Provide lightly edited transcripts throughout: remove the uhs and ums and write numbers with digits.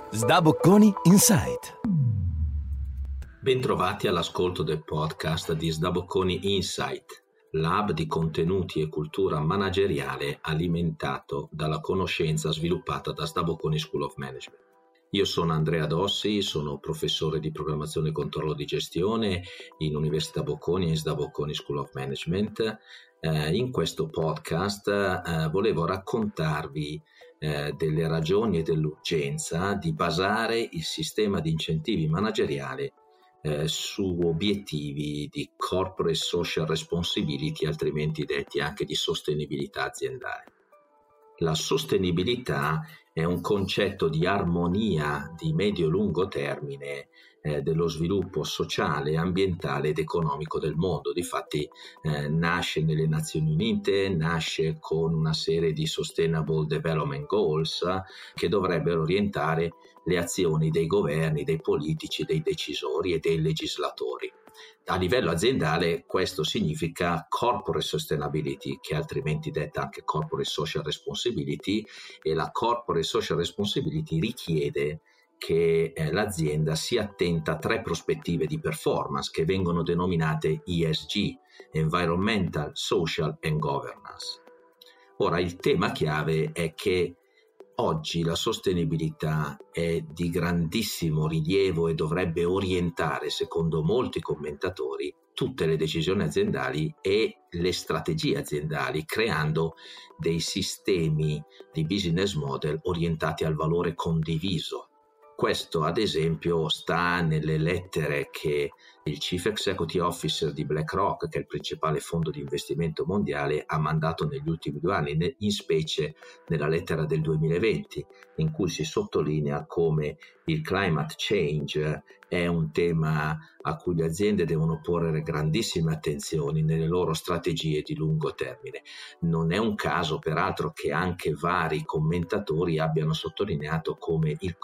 Sdabocconi Insight. Bentrovati all'ascolto del podcast di Sdabocconi Insight, l'hub di contenuti e cultura manageriale alimentato dalla conoscenza sviluppata da Sdabocconi School of Management. Io sono Andrea Dossi, sono professore di programmazione e controllo di gestione in Università Bocconi e Sdabocconi School of Management. In questo podcast volevo raccontarvi delle ragioni e dell'urgenza di basare il sistema di incentivi manageriali su obiettivi di corporate social responsibility, altrimenti detti anche di sostenibilità aziendale. La sostenibilità è un concetto di armonia di medio-lungo termine dello sviluppo sociale, ambientale ed economico del mondo. Difatti nasce nelle Nazioni Unite, nasce con una serie di Sustainable Development Goals che dovrebbero orientare le azioni dei governi, dei politici, dei decisori e dei legislatori. A livello aziendale questo significa corporate sustainability, che altrimenti detta anche corporate social responsibility, e la corporate social responsibility richiede che l'azienda sia attenta a tre prospettive di performance che vengono denominate ESG, Environmental, Social and Governance. Ora, il tema chiave è che oggi la sostenibilità è di grandissimo rilievo e dovrebbe orientare, secondo molti commentatori, tutte le decisioni aziendali e le strategie aziendali, creando dei sistemi di business model orientati al valore condiviso. Questo, ad esempio, sta nelle lettere che il Chief Executive Officer di BlackRock, che è il principale fondo di investimento mondiale, ha mandato negli ultimi 2 anni, in specie nella lettera del 2020, in cui si sottolinea come il climate change è un tema a cui le aziende devono porre grandissime attenzioni nelle loro strategie di lungo termine. Non è un caso, peraltro, che anche vari commentatori abbiano sottolineato come il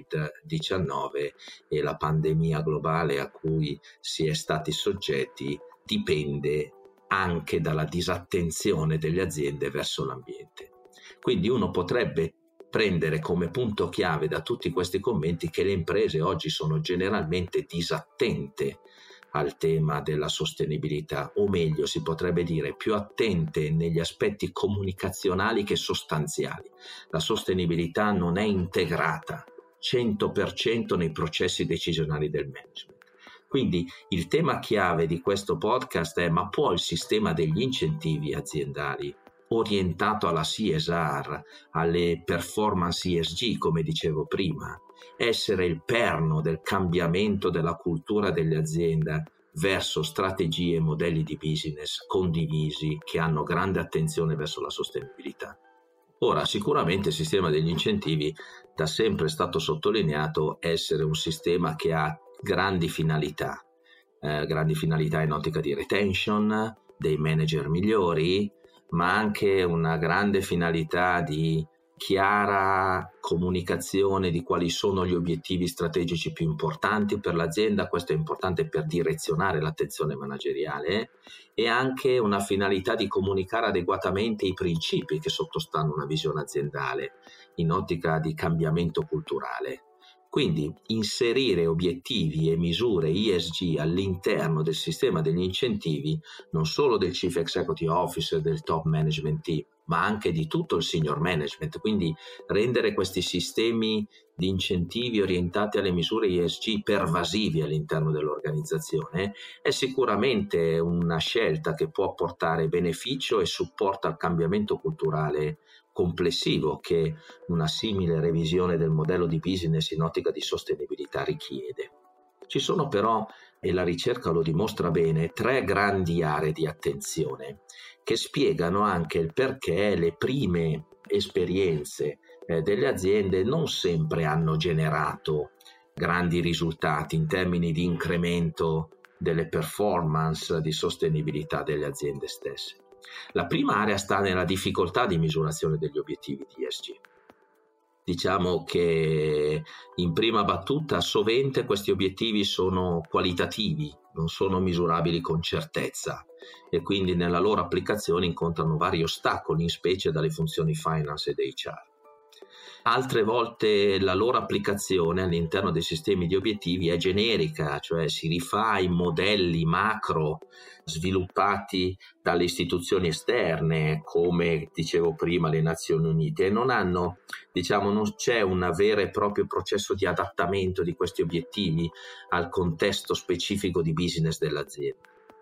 Covid-19 e la pandemia globale a cui si è stati soggetti dipende anche dalla disattenzione delle aziende verso l'ambiente. Quindi uno potrebbe prendere come punto chiave da tutti questi commenti che le imprese oggi sono generalmente disattente al tema della sostenibilità, o meglio si potrebbe dire più attente negli aspetti comunicazionali che sostanziali. La sostenibilità non è integrata 100% nei processi decisionali del management. Quindi il tema chiave di questo podcast è: ma può il sistema degli incentivi aziendali orientato alla CSR, alle performance ESG, come dicevo prima, essere il perno del cambiamento della cultura delle aziende verso strategie e modelli di business condivisi che hanno grande attenzione verso la sostenibilità? Ora, sicuramente il sistema degli incentivi da sempre è stato sottolineato essere un sistema che ha grandi finalità in ottica di retention, dei manager migliori, ma anche una grande finalità di chiara comunicazione di quali sono gli obiettivi strategici più importanti per l'azienda. Questo è importante per direzionare l'attenzione manageriale, e anche una finalità di comunicare adeguatamente i principi che sottostanno a una visione aziendale in ottica di cambiamento culturale. Quindi inserire obiettivi e misure ESG all'interno del sistema degli incentivi, non solo del Chief Executive Officer, del top management team, ma anche di tutto il senior management. Quindi rendere questi sistemi di incentivi orientati alle misure ESG pervasivi all'interno dell'organizzazione è sicuramente una scelta che può portare beneficio e supporta al cambiamento culturale complessivo che una simile revisione del modello di business in ottica di sostenibilità richiede. Ci sono però, e la ricerca lo dimostra bene, 3 grandi aree di attenzione che spiegano anche il perché le prime esperienze delle aziende non sempre hanno generato grandi risultati in termini di incremento delle performance di sostenibilità delle aziende stesse. La prima area sta nella difficoltà di misurazione degli obiettivi di ESG. Diciamo che in prima battuta sovente questi obiettivi sono qualitativi, non sono misurabili con certezza, e quindi nella loro applicazione incontrano vari ostacoli, in specie dalle funzioni finance ed HR. Altre volte la loro applicazione all'interno dei sistemi di obiettivi è generica, cioè si rifà ai modelli macro sviluppati dalle istituzioni esterne, come dicevo prima le Nazioni Unite, e non c'è un vero e proprio processo di adattamento di questi obiettivi al contesto specifico di business dell'azienda.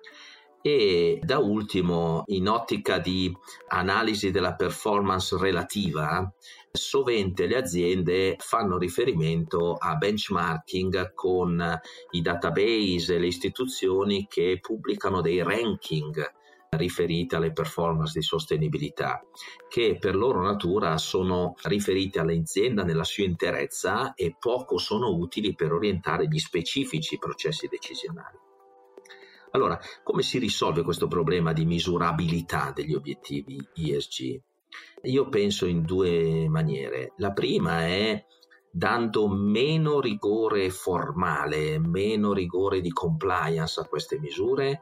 E da ultimo, in ottica di analisi della performance relativa, sovente le aziende fanno riferimento a benchmarking con i database e le istituzioni che pubblicano dei ranking riferiti alle performance di sostenibilità, che per loro natura sono riferiti all'azienda nella sua interezza e poco sono utili per orientare gli specifici processi decisionali. Allora, come si risolve questo problema di misurabilità degli obiettivi ESG? Io penso in due maniere. La prima è dando meno rigore formale, meno rigore di compliance a queste misure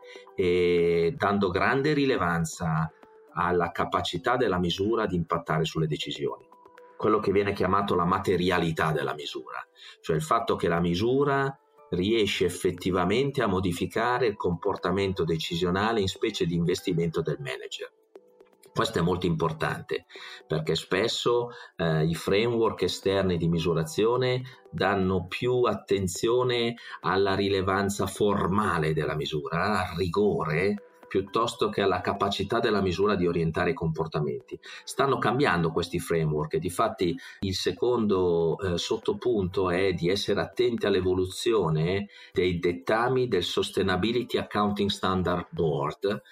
e dando grande rilevanza alla capacità della misura di impattare sulle decisioni. Quello che viene chiamato la materialità della misura, cioè il fatto che la misura riesce effettivamente a modificare il comportamento decisionale in specie di investimento del manager. Questo è molto importante perché spesso i framework esterni di misurazione danno più attenzione alla rilevanza formale della misura, al rigore, piuttosto che alla capacità della misura di orientare i comportamenti. Stanno cambiando questi framework e difatti il secondo sottopunto è di essere attenti all'evoluzione dei dettami del Sustainability Accounting Standard Board,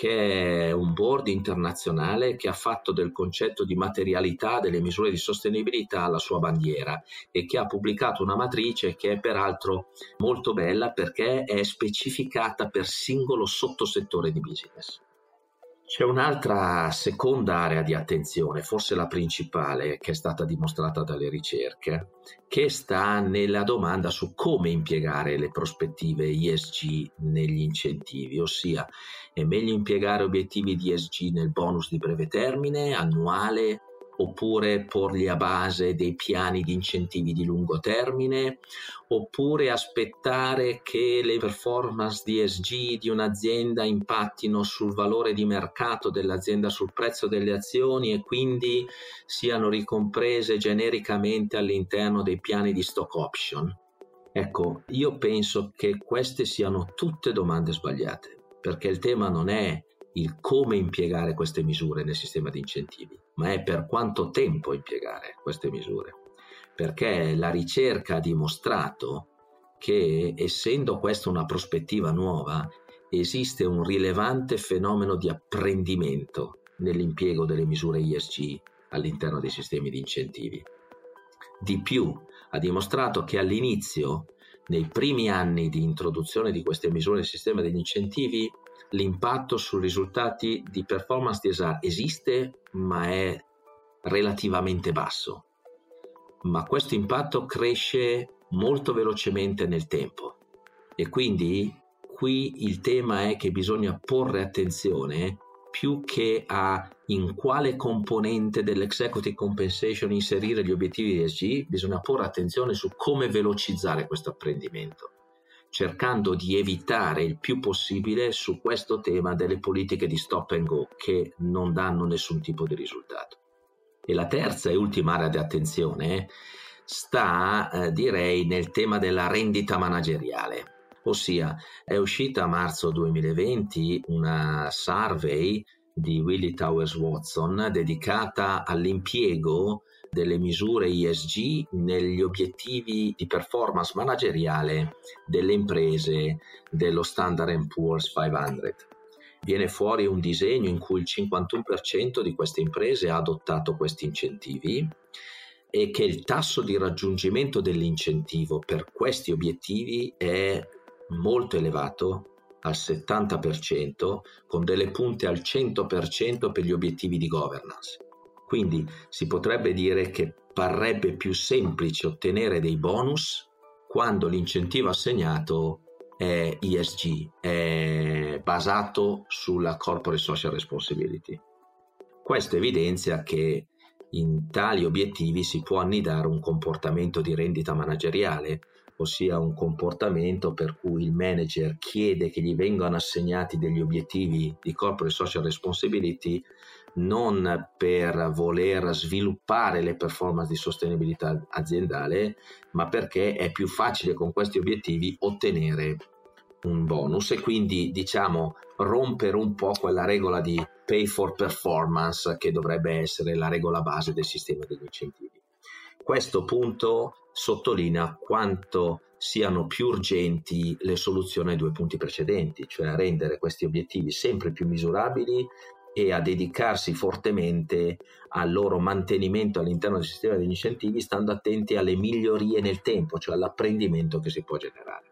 che è un board internazionale che ha fatto del concetto di materialità delle misure di sostenibilità la sua bandiera e che ha pubblicato una matrice che è peraltro molto bella perché è specificata per singolo sottosettore di business. C'è un'altra seconda area di attenzione, forse la principale, che è stata dimostrata dalle ricerche, che sta nella domanda su come impiegare le prospettive ESG negli incentivi, ossia è meglio impiegare obiettivi di ESG nel bonus di breve termine, annuale, oppure porli a base dei piani di incentivi di lungo termine, oppure aspettare che le performance di ESG di un'azienda impattino sul valore di mercato dell'azienda, sul prezzo delle azioni e quindi siano ricomprese genericamente all'interno dei piani di stock option. Ecco, io penso che queste siano tutte domande sbagliate, perché il tema non è il come impiegare queste misure nel sistema di incentivi, ma è per quanto tempo impiegare queste misure, perché la ricerca ha dimostrato che, essendo questa una prospettiva nuova, esiste un rilevante fenomeno di apprendimento nell'impiego delle misure ESG all'interno dei sistemi di incentivi. Di più, ha dimostrato che all'inizio, nei primi anni di introduzione di queste misure nel sistema degli incentivi, l'impatto sui risultati di performance di ESG esiste, ma è relativamente basso. Ma questo impatto cresce molto velocemente nel tempo e quindi qui il tema è che bisogna porre attenzione più che a in quale componente dell'executive compensation inserire gli obiettivi di ESG, bisogna porre attenzione su come velocizzare questo apprendimento, cercando di evitare il più possibile su questo tema delle politiche di stop and go che non danno nessun tipo di risultato. E la terza e ultima area di attenzione sta, direi, nel tema della rendita manageriale. Ossia, è uscita a marzo 2020 una survey di Willis Towers Watson dedicata all'impiego delle misure ESG negli obiettivi di performance manageriale delle imprese dello Standard & Poor's 500. Viene fuori un disegno in cui il 51% di queste imprese ha adottato questi incentivi e che il tasso di raggiungimento dell'incentivo per questi obiettivi è molto elevato, al 70%, con delle punte al 100% per gli obiettivi di governance. Quindi si potrebbe dire che parrebbe più semplice ottenere dei bonus quando l'incentivo assegnato è ESG, è basato sulla corporate social responsibility. Questo evidenzia che In tali obiettivi si può annidare un comportamento di rendita manageriale, ossia un comportamento per cui il manager chiede che gli vengano assegnati degli obiettivi di corporate social responsibility non per voler sviluppare le performance di sostenibilità aziendale, ma perché è più facile con questi obiettivi ottenere un bonus e quindi rompere un po' quella regola di pay for performance che dovrebbe essere la regola base del sistema degli incentivi. Questo punto sottolinea quanto siano più urgenti le soluzioni ai 2 punti precedenti, cioè a rendere questi obiettivi sempre più misurabili e a dedicarsi fortemente al loro mantenimento all'interno del sistema degli incentivi, stando attenti alle migliorie nel tempo, cioè all'apprendimento che si può generare.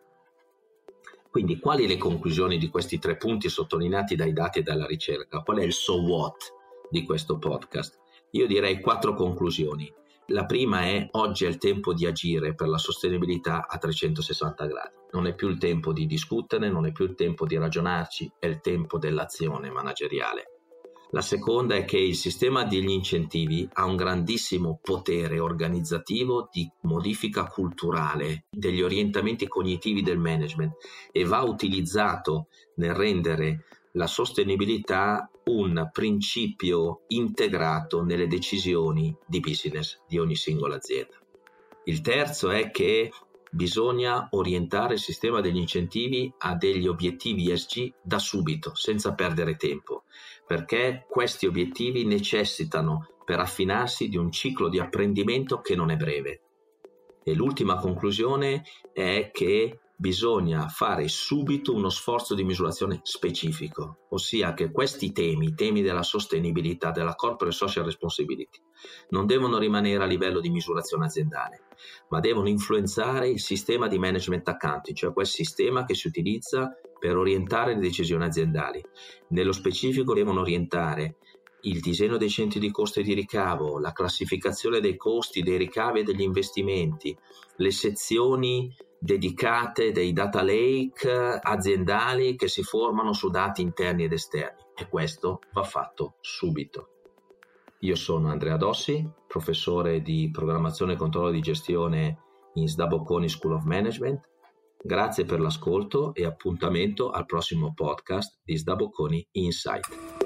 Quindi quali le conclusioni di questi 3 punti sottolineati dai dati e dalla ricerca? Qual è il so what di questo podcast? Io direi 4 conclusioni. La prima è: oggi è il tempo di agire per la sostenibilità a 360 gradi. Non è più il tempo di discutere, non è più il tempo di ragionarci, è il tempo dell'azione manageriale. La seconda è che il sistema degli incentivi ha un grandissimo potere organizzativo di modifica culturale degli orientamenti cognitivi del management e va utilizzato nel rendere la sostenibilità un principio integrato nelle decisioni di business di ogni singola azienda. Il terzo è che bisogna orientare il sistema degli incentivi a degli obiettivi ESG da subito, senza perdere tempo, perché questi obiettivi necessitano per affinarsi di un ciclo di apprendimento che non è breve. E l'ultima conclusione è che bisogna fare subito uno sforzo di misurazione specifico, ossia che questi temi della sostenibilità, della corporate social responsibility, non devono rimanere a livello di misurazione aziendale, ma devono influenzare il sistema di management accounting, cioè quel sistema che si utilizza per orientare le decisioni aziendali. Nello specifico devono orientare il disegno dei centri di costo e di ricavo, la classificazione dei costi, dei ricavi e degli investimenti, le sezioni dedicate dei data lake aziendali che si formano su dati interni ed esterni, e questo va fatto subito. Io sono Andrea Dossi, professore di programmazione e controllo di gestione in SDA Bocconi School of Management. Grazie per l'ascolto e appuntamento al prossimo podcast di SDA Bocconi Insight.